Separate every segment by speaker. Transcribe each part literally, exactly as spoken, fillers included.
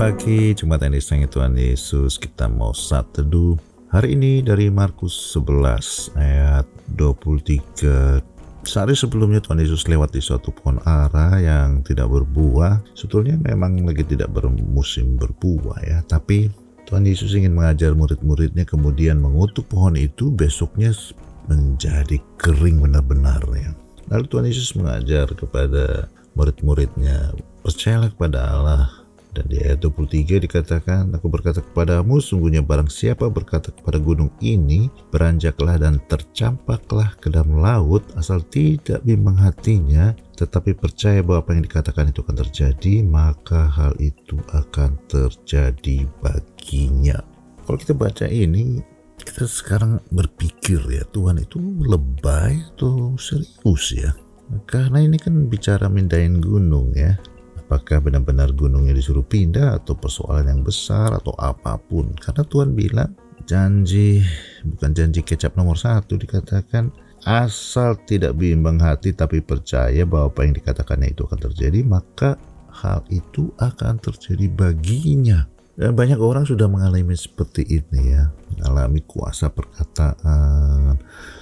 Speaker 1: pagi, Jemaat yang disayangi Tuhan Yesus. Kita mau saat teduh hari ini dari Markus sebelas ayat dua puluh tiga. Sehari sebelumnya Tuhan Yesus lewat di suatu pohon ara yang tidak berbuah. Sebetulnya memang lagi tidak bermusim berbuah ya, tapi Tuhan Yesus ingin mengajar murid-muridnya, kemudian mengutuk pohon itu, besoknya menjadi kering benar-benar ya. Lalu Tuhan Yesus mengajar kepada murid-muridnya, percayalah kepada Allah. Dan di ayat dua puluh tiga dikatakan, aku berkata kepadamu, sungguhnya barang siapa berkata kepada gunung ini, beranjaklah dan tercampaklah ke dalam laut, asal tidak bimbang hatinya, tetapi percaya bahwa apa yang dikatakan itu akan terjadi, maka hal itu akan terjadi baginya. Kalau kita baca ini, kita sekarang berpikir ya, Tuhan itu lebay atau serius ya? Karena ini kan bicara mindahin gunung ya. Apakah benar-benar gunungnya disuruh pindah atau persoalan yang besar atau apapun. Karena Tuhan bilang janji, bukan janji kecap nomor satu, dikatakan asal tidak bimbang hati tapi percaya bahwa apa yang dikatakannya itu akan terjadi, maka hal itu akan terjadi baginya. Dan banyak orang sudah mengalami seperti ini ya, mengalami kuasa perkataan,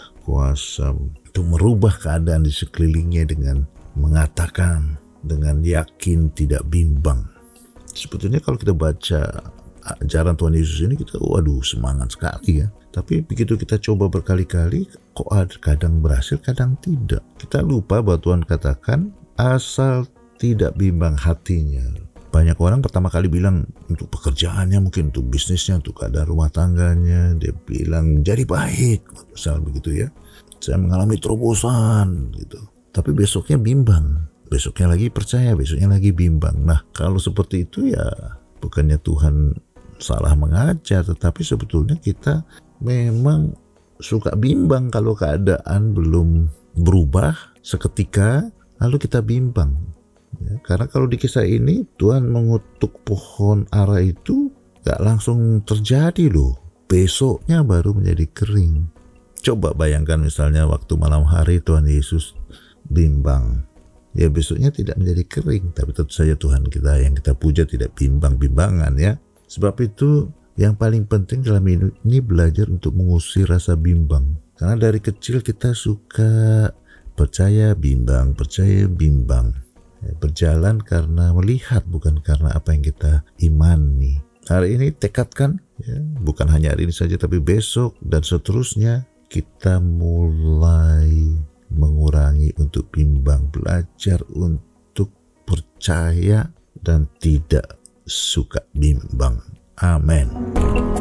Speaker 1: kuasa untuk merubah keadaan di sekelilingnya dengan mengatakan dengan yakin, tidak bimbang. Sebetulnya kalau kita baca ajaran Tuhan Yesus ini, kita waduh semangat sekali ya. Tapi begitu kita coba berkali-kali, kok ada kadang berhasil, kadang tidak. Kita lupa bahwa Tuhan katakan asal tidak bimbang hatinya. Banyak orang pertama kali bilang untuk pekerjaannya, mungkin untuk bisnisnya, untuk keadaan rumah tangganya, dia bilang jadi baik, misalnya begitu ya. Saya mengalami terobosan gitu. Tapi besoknya bimbang. Besoknya lagi percaya, besoknya lagi bimbang. Nah, kalau seperti itu ya bukannya Tuhan salah mengajar, tetapi sebetulnya kita memang suka bimbang kalau keadaan belum berubah seketika, lalu kita bimbang. Ya, karena kalau di kisah ini Tuhan mengutuk pohon ara itu gak langsung terjadi loh. Besoknya baru menjadi kering. Coba bayangkan misalnya waktu malam hari Tuhan Yesus bimbang. Ya besoknya tidak menjadi kering, tapi tentu saja Tuhan kita yang kita puja tidak bimbang-bimbangan ya. Sebab itu yang paling penting dalam hidup ini belajar untuk mengusir rasa bimbang. Karena dari kecil kita suka percaya bimbang, percaya bimbang. Ya, berjalan karena melihat, bukan karena apa yang kita imani. Hari ini tekadkan, ya, bukan hanya hari ini saja, tapi besok dan seterusnya kita mulai mengurangi untuk bimbang, belajar untuk percaya dan tidak suka bimbang. Amin.